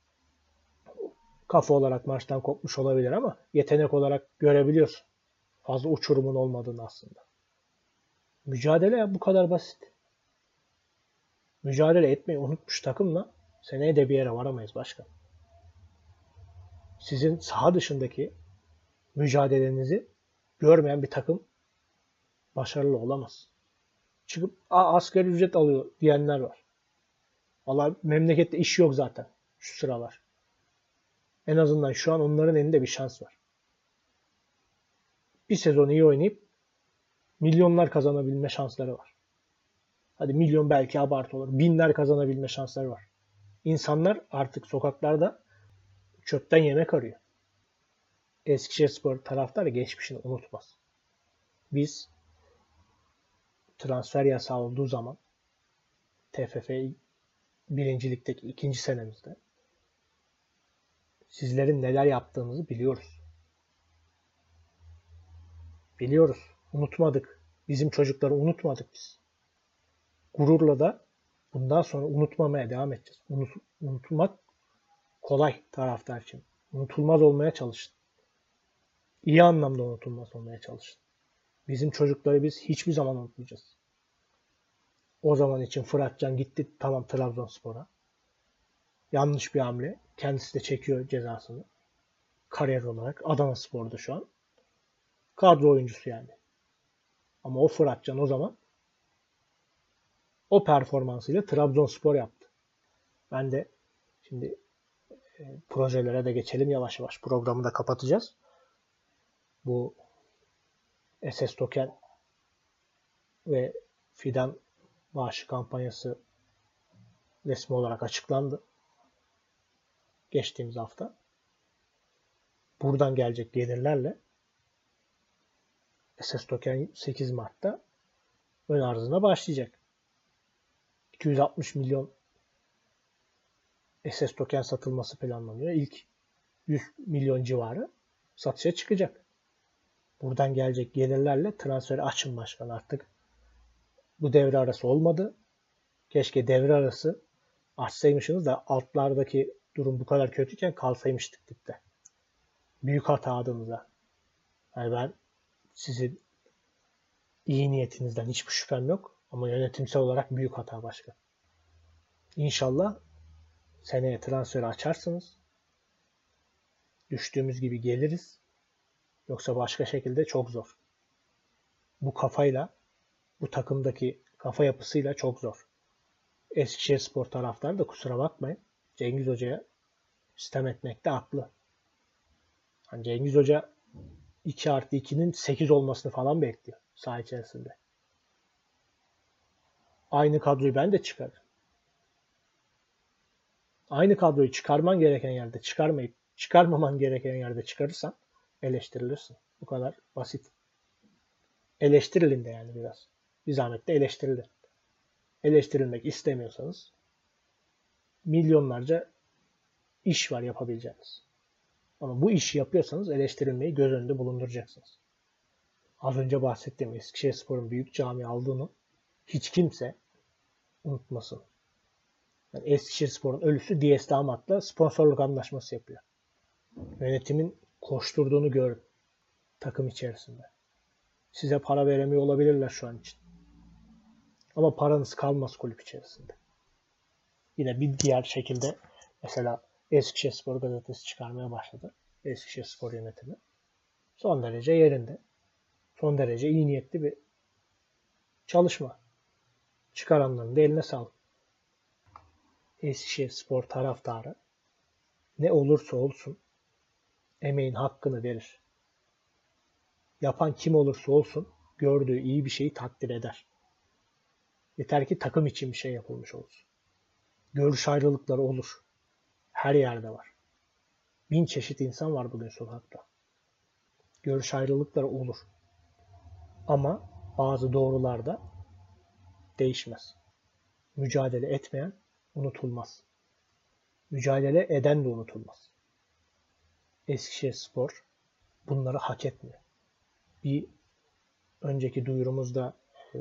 kafa olarak maçtan kopmuş olabilir ama yetenek olarak görebiliyorsun. Fazla uçurumun olmadığını aslında. Mücadele bu kadar basit. Mücadele etmeyi unutmuş takımla seneye de bir yere varamayız başkan. Sizin saha dışındaki mücadelenizi görmeyen bir takım başarılı olamaz. Çıkıp asgari ücret alıyor diyenler var. Vallahi memlekette iş yok zaten şu sıralar. En azından şu an onların elinde bir şans var. Bir sezon iyi oynayıp milyonlar kazanabilme şansları var. Hadi milyon belki abartı olur. Binler kazanabilme şansları var. İnsanlar artık sokaklarda çöpten yemek arıyor. Eskişehirspor taraftarı geçmişini unutmaz. Biz transfer yasağı olduğu zaman TFF birincilikteki 2. senemizde sizlerin neler yaptığınızı biliyoruz. Biliyoruz. Unutmadık. Bizim çocukları unutmadık biz. Gururla da bundan sonra unutmamaya devam edeceğiz. Unutmak kolay taraftar için. Unutulmaz olmaya çalışın. İyi anlamda unutulmaz olmaya çalışın. Bizim çocukları biz hiçbir zaman unutmayacağız. O zaman için Fıratcan gitti tamam Trabzonspor'a. Yanlış bir hamle. Kendisi de çekiyor cezasını. Kariyer olarak Adanaspor'da şu an. Kadro oyuncusu yani. Ama o Fıratcan o zaman o performansıyla Trabzonspor yaptı. Ben de şimdi projelere de geçelim yavaş yavaş. Programı da kapatacağız. Bu SS Token ve Fidan bağışı kampanyası resmi olarak açıklandı. Geçtiğimiz hafta. Buradan gelecek gelirlerle SS Token 8 Mart'ta ön arzına başlayacak. 260 milyon SS Token satılması planlanıyor. İlk 100 milyon civarı satışa çıkacak. Buradan gelecek gelirlerle transferi açın başkan artık. Bu devre arası olmadı. Keşke devre arası açsaymışsınız da altlardaki Durum bu kadar kötüyken kalsaymıştık dipte. Büyük hata adımıza. Yani ben sizin iyi niyetinizden hiçbir şüphem yok. Ama yönetimsel olarak büyük hata başkan. İnşallah seneye transferi açarsınız. Düştüğümüz gibi geliriz. Yoksa başka şekilde çok zor. Bu kafayla, bu takımdaki kafa yapısıyla çok zor. Eskişehirspor taraftarı da kusura bakmayın. Cengiz Hoca'ya sistem etmekte haklı. Hani Cengiz Hoca 2+2'nin 8 olmasını falan bekliyor saha içerisinde. Aynı kadroyu ben de çıkarırım. Aynı kadroyu çıkarman gereken yerde çıkarmayıp çıkarmaman gereken yerde çıkarırsan eleştirilirsin. Bu kadar basit. Eleştirilin de yani biraz. Bir zahmet de eleştirilin. Eleştirilmek istemiyorsanız milyonlarca iş var yapabileceğiniz. Ama bu işi yapıyorsanız eleştirilmeyi göz önünde bulunduracaksınız. Az önce bahsettiğim Eskişehirspor'un büyük cami aldığını hiç kimse unutmasın. Yani Eskişehirspor'un ölüsü DS Damat'la sponsorluk anlaşması yapıyor. Yönetimin koşturduğunu görün takım içerisinde. Size para veremiyor olabilirler şu an için. Ama paranız kalmaz kulüp içerisinde. Yine bir diğer şekilde mesela Eskişehirspor gazetesi çıkarmaya başladı. Eskişehirspor yönetimi. Son derece yerinde. Son derece iyi niyetli bir çalışma. Çıkaranların da eline sağlık. Eskişehirspor taraftarı ne olursa olsun emeğin hakkını verir. Yapan kim olursa olsun gördüğü iyi bir şeyi takdir eder. Yeter ki takım için bir şey yapılmış olsun. Görüş ayrılıkları olur. Her yerde var. 1000 çeşit insan var bugün sokakta. Görüş ayrılıkları olur. Ama bazı doğrular da değişmez. Mücadele etmeyen unutulmaz. Mücadele eden de unutulmaz. Eskişehirspor bunları hak etmiyor. Bir önceki duyurumuzda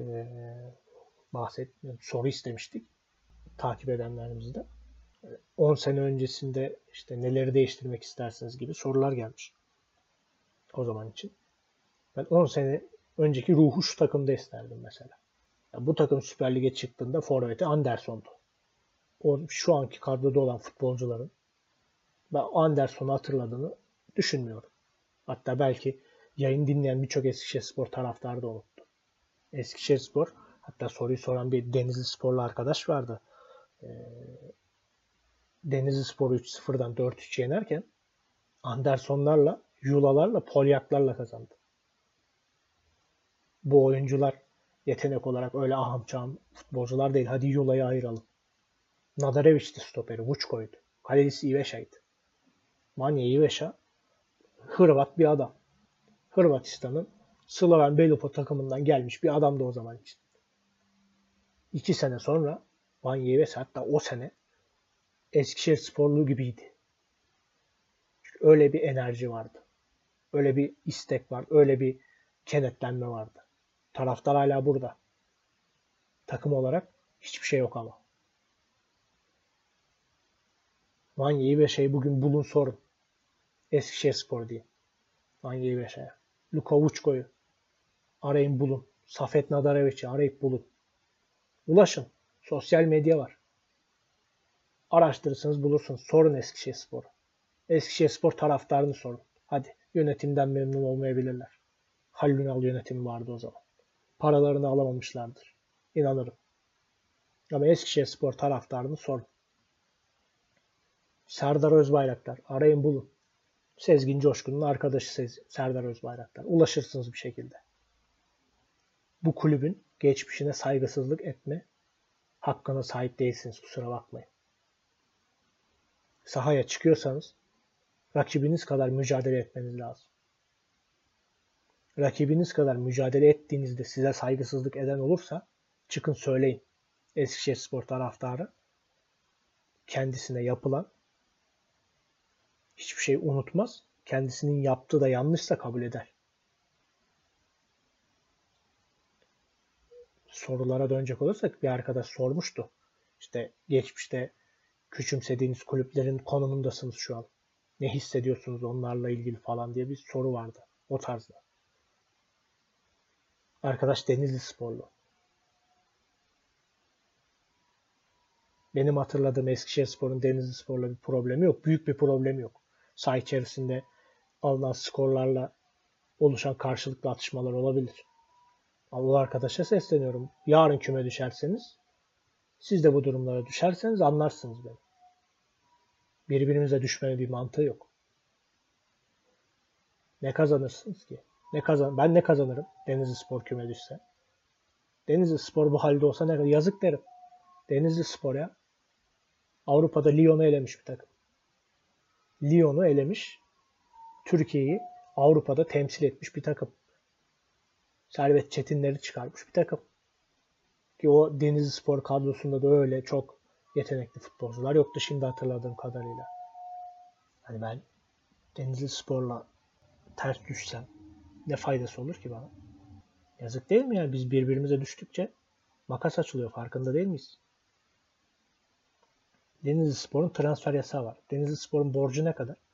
soru istemiştik takip edenlerimizde. 10 sene öncesinde işte neleri değiştirmek istersiniz gibi sorular gelmiş. O zaman için. Ben 10 sene önceki ruhu şu takımda isterdim mesela. Yani bu takım Süper Lig'e çıktığında forveti Anderson'du. O şu anki kadroda olan futbolcuların ben Anderson'u hatırladığını düşünmüyorum. Hatta belki yayın dinleyen birçok Eskişehirspor taraftarı da unuttu. Eskişehirspor, hatta soruyu soran bir Denizlisporlu arkadaş vardı. Denizlispor'u 3-0'dan 4-3 yenerken Andersonlarla, Yulalarla, Polyaklarla kazandı. Bu oyuncular yetenek olarak öyle ahım çağım futbolcular değil. Hadi Yula'yı ayıralım. Nadarevic'ti stoperi. Vučko'ydu. Kalecisi Iveşa'ydı. Vanja Iveša Hırvat bir adam. Hırvatistan'ın Slaven Belupo takımından gelmiş bir adamdı o zaman için. 2 sene sonra Vanja Iveša hatta o sene Eskişehirsporlu gibiydi. Çünkü öyle bir enerji vardı. Öyle bir istek var. Öyle bir kenetlenme vardı. Taraftar hala burada. Takım olarak hiçbir şey yok ama. Vanya'yı ve bugün bulun sorun. Eskişehirspor diye. Vanya'yı ve Luka Vučko'yu arayın bulun. Safet Nadarevic'i arayıp bulun. Ulaşın. Sosyal medya var. Araştırırsınız bulursunuz. Sorun Eskişehirspor'u. Eskişehirspor taraftarını sorun. Hadi. Yönetimden memnun olmayabilirler. Halil Ünal yönetimi vardı o zaman. Paralarını alamamışlardır. İnanırım. Ama Eskişehirspor taraftarını sorun. Serdar Özbayraktar. Arayın bulun. Sezgin Coşkun'un arkadaşı Serdar Özbayraktar. Ulaşırsınız bir şekilde. Bu kulübün geçmişine saygısızlık etme hakkına sahip değilsiniz. Kusura bakmayın. Sahaya çıkıyorsanız rakibiniz kadar mücadele etmeniz lazım. Rakibiniz kadar mücadele ettiğinizde size saygısızlık eden olursa çıkın söyleyin. Eskişehirspor taraftarı kendisine yapılan hiçbir şey unutmaz. Kendisinin yaptığı da yanlışsa kabul eder. Sorulara dönecek olursak bir arkadaş sormuştu. İşte geçmişte küçümsediğiniz kulüplerin konumundasınız şu an. Ne hissediyorsunuz onlarla ilgili falan diye bir soru vardı. O tarzda. Arkadaş Denizli sporlu. Benim hatırladığım Eskişehirspor'un Denizlispor'la bir problemi yok. Büyük bir problemi yok. Saha içerisinde alınan skorlarla oluşan karşılıklı atışmalar olabilir. Ama o arkadaşa sesleniyorum. Yarın küme düşerseniz, siz de bu durumlara düşerseniz anlarsınız beni. Birbirimize düşmenin bir mantığı yok. Ne kazanırsınız ki? Ben ne kazanırım Denizlispor küme düşse? Denizlispor bu halde olsa ne kadar yazık derim. Denizlispor ya. Avrupa'da Lyon'u elemiş bir takım. Lyon'u elemiş. Türkiye'yi Avrupa'da temsil etmiş bir takım. Servet Çetinleri çıkarmış bir takım. Ki o Denizlispor kadrosunda da öyle çok yetenekli futbolcular yoktu şimdi hatırladığım kadarıyla. Hani ben Denizlispor'la ters düşsem ne faydası olur ki bana? Yazık değil mi yani? Biz birbirimize düştükçe makas açılıyor. Farkında değil miyiz? Denizlispor'un transfer yasağı var. Denizlispor'un borcu ne kadar?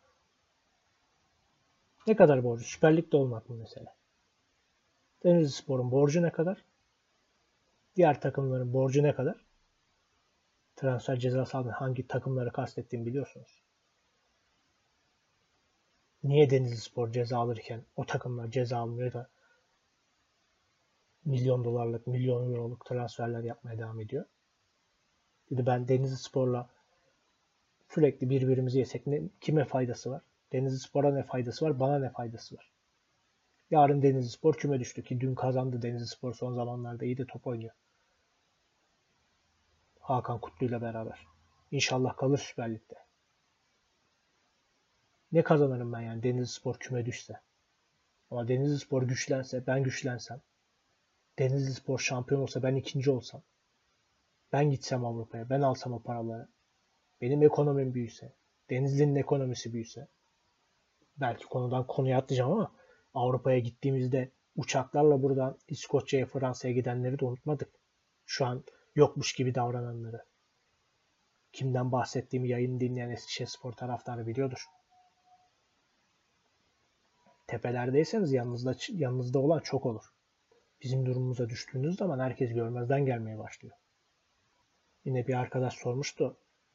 Ne kadar borcu? Süper Lig'de olmak mı mesela? Denizlispor'un borcu ne kadar? Diğer takımların borcu ne kadar? Transfer cezası aldı. Hangi takımları kastettiğimi biliyorsunuz. Niye Denizlispor ceza alırken o takımlar ceza almıyor da milyon dolarlık, milyon euroluk transferler yapmaya devam ediyor? Dedi ben Denizlispor'la sürekli birbirimizi yesek kime faydası var? Denizlispor'a ne faydası var? Bana ne faydası var? Yarın Denizlispor küme düştü ki dün kazandı. Denizlispor son zamanlarda iyi de top oynuyor. Hakan Kutlu'yla beraber. İnşallah kalır Süper Lig'de. Ne kazanırım ben yani Denizlispor küme düşse? Ama Denizlispor güçlense, ben güçlensem, Denizlispor şampiyon olsa, ben ikinci olsam, ben gitsem Avrupa'ya, ben alsam o paraları, benim ekonomim büyüse, Denizli'nin ekonomisi büyüse, belki konudan konuya atlayacağım ama Avrupa'ya gittiğimizde uçaklarla buradan İskoçya'ya, Fransa'ya gidenleri de unutmadık. Şu an yokmuş gibi davrananları. Kimden bahsettiğimi yayını dinleyen Eskişehirspor taraftarı biliyordur. Tepelerdeyseniz yanınızda olan çok olur. Bizim durumumuza düştüğünüz zaman herkes görmezden gelmeye başlıyor. Yine bir arkadaş sormuştu.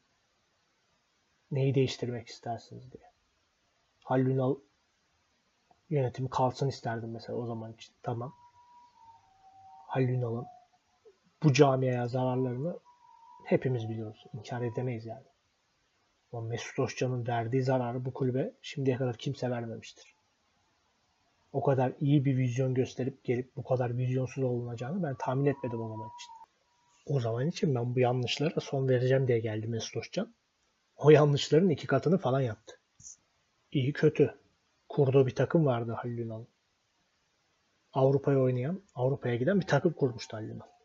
Neyi değiştirmek istersiniz diye. Halil Ünal yönetimi kalsın isterdim mesela o zaman için. Tamam. Halil Ünal'ın bu camiaya zararlarını hepimiz biliyoruz. İnkar edemeyiz yani. Ama Mesut Özcan'ın verdiği zararı bu kulübe şimdiye kadar kimse vermemiştir. O kadar iyi bir vizyon gösterip gelip bu kadar vizyonsuz olunacağını ben tahmin etmedim o zaman için. O zaman için ben bu yanlışlara son vereceğim diye geldi Mesut Özcan. O yanlışların 2 katını falan yaptı. İyi kötü. Kurduğu bir takım vardı Halil Ünal'ın. Avrupa'ya oynayan, Avrupa'ya giden bir takım kurmuştu Halil Ünal.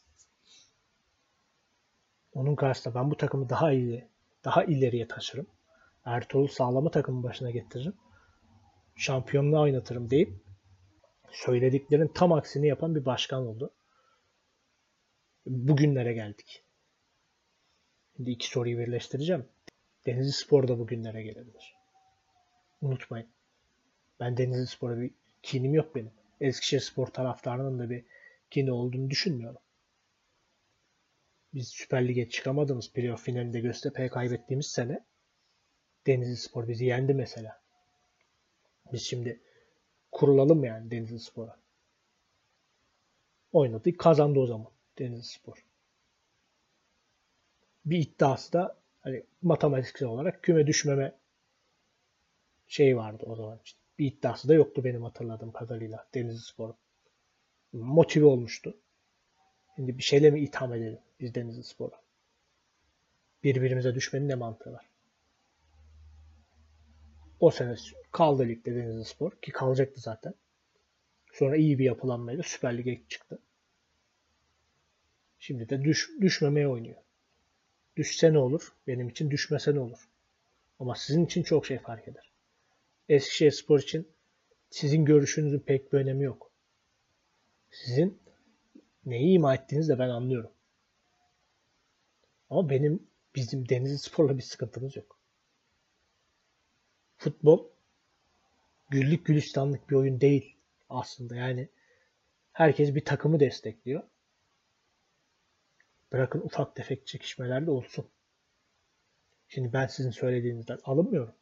Onun karşısında ben bu takımı daha ileriye taşırım. Ertuğrul Sağlam'ı takımın başına getiririm. Şampiyonluğa oynatırım deyip söylediklerin tam aksini yapan bir başkan oldu. Bugünlere geldik. Şimdi iki soruyu birleştireceğim. Denizlispor da bugünlere gelebilir. Unutmayın. Ben Denizlispor'a bir kinim yok benim. Eskişehirspor taraftarının da bir kini olduğunu düşünmüyorum. Biz Süper Lig'e çıkamadığımız playoff finalinde Göztepe'ye kaybettiğimiz sene Denizlispor bizi yendi mesela. Biz şimdi kurulalım yani Denizlispor'a. Oynadı, kazandı o zaman Denizlispor. Bir iddiası da hani matematiksel olarak küme düşmeme şey vardı o zaman için. Bir iddiası da yoktu benim hatırladığım kadarıyla Denizlispor'un. Motive olmuştu. Şimdi bir şeyle mi itham edelim biz Denizlispor'a? Birbirimize düşmenin ne mantığı var? O sene kaldı ligde Denizlispor ki kalacaktı zaten. Sonra iyi bir yapılanmayla Süper Lig'e çıktı. Şimdi de düşmemeye oynuyor. Düşse ne olur? Benim için düşmese ne olur? Ama sizin için çok şey fark eder. Eskişehirspor için sizin görüşünüzün pek bir önemi yok. Sizin neyi ima ettiğinizi de ben anlıyorum. Ama benim Bizim Denizli Spor'la bir sıkıntımız yok. Futbol güllük gülistanlık bir oyun değil aslında. Yani herkes bir takımı destekliyor. Bırakın ufak tefek çekişmeler de olsun. Şimdi ben sizin söylediğinizden alınmıyorum.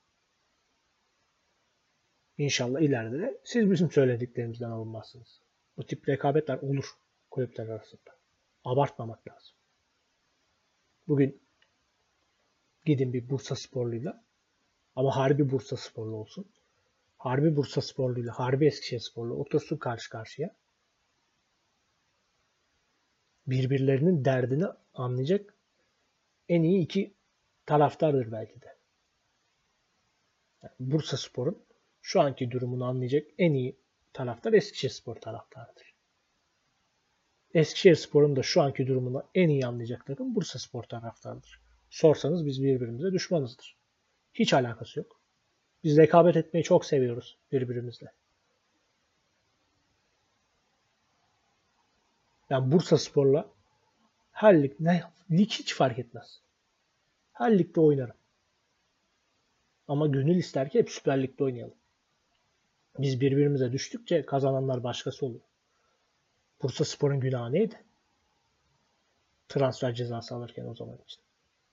İnşallah ileride de siz bizim söylediklerimizden alınmazsınız. Bu tip rekabetler olur kulüpler arasında. Abartmamak lazım. Bugün gidin bir Bursa Sporluyla, ama harbi Bursa Sporlu olsun. Harbi Bursa Sporluyla, harbi Eskişehir Sporlu otursun karşı karşıya. Birbirlerinin derdini anlayacak en iyi iki taraftardır belki de. Yani Bursa Spor'un şu anki durumunu anlayacak en iyi taraftar Eskişehir Spor taraftarıdır. Eskişehir Spor'un da şu anki durumunu en iyi anlayacak takım Bursa Spor taraftarıdır. Sorsanız biz birbirimize düşmanızdır. Hiç alakası yok. Biz rekabet etmeyi çok seviyoruz birbirimizle. Ben Bursa Spor'la her lig hiç fark etmez. Her ligde oynarım. Ama gönül ister ki hep Süper Lig'de oynayalım. Biz birbirimize düştükçe kazananlar başkası oluyor. Bursa Spor'un günahı neydi? Transfer cezası alırken o zaman için.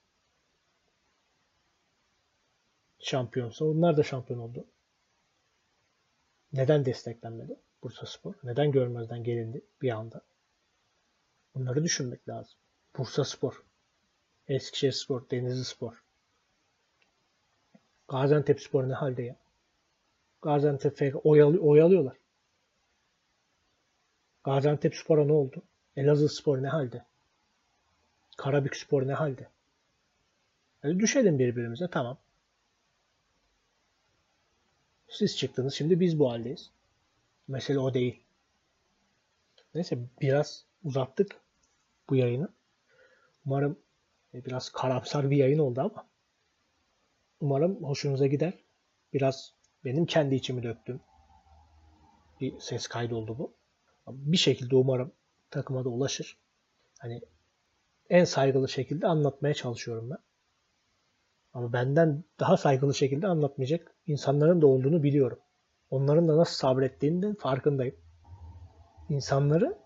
Şampiyonsa onlar da şampiyon oldu. Neden desteklenmedi Bursa Spor? Neden görmezden gelindi bir anda? Bunları düşünmek lazım. Bursa Spor, Eskişehir Spor, Denizli Spor. Gaziantep Spor ne halde ya? Gaziantep FK oyalıyorlar. Gaziantep Spor'a ne oldu? Elazığ Spor ne halde? Karabük Spor ne halde? Yani düşelim birbirimize, tamam. Siz çıktınız, şimdi biz bu haldeyiz. Mesele o değil. Neyse, biraz uzattık bu yayını. Umarım biraz karamsar bir yayın oldu ama umarım hoşunuza gider. Biraz benim kendi içimi döktüm. Bir ses kaydı oldu bu. Bir şekilde umarım takıma da ulaşır. Hani en saygılı şekilde anlatmaya çalışıyorum ben. Ama benden daha saygılı şekilde anlatmayacak insanların da olduğunu biliyorum. Onların da nasıl sabrettiğinin farkındayım. İnsanları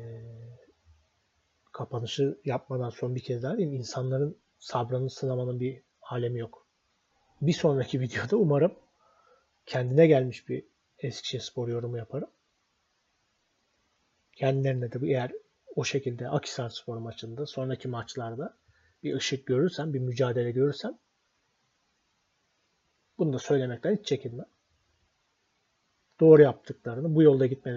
kapanışı yapmadan son bir kez daha diyeyim. İnsanların sabrını sınamanın bir alemi yok. Bir sonraki videoda umarım kendine gelmiş bir Eskişehirspor yorumu yaparım. Kendilerine de eğer o şekilde Akhisarspor maçında, sonraki maçlarda bir ışık görürsem, bir mücadele görürsem bunu da söylemekten hiç çekinmem. Doğru yaptıklarını, bu yolda gitmeleri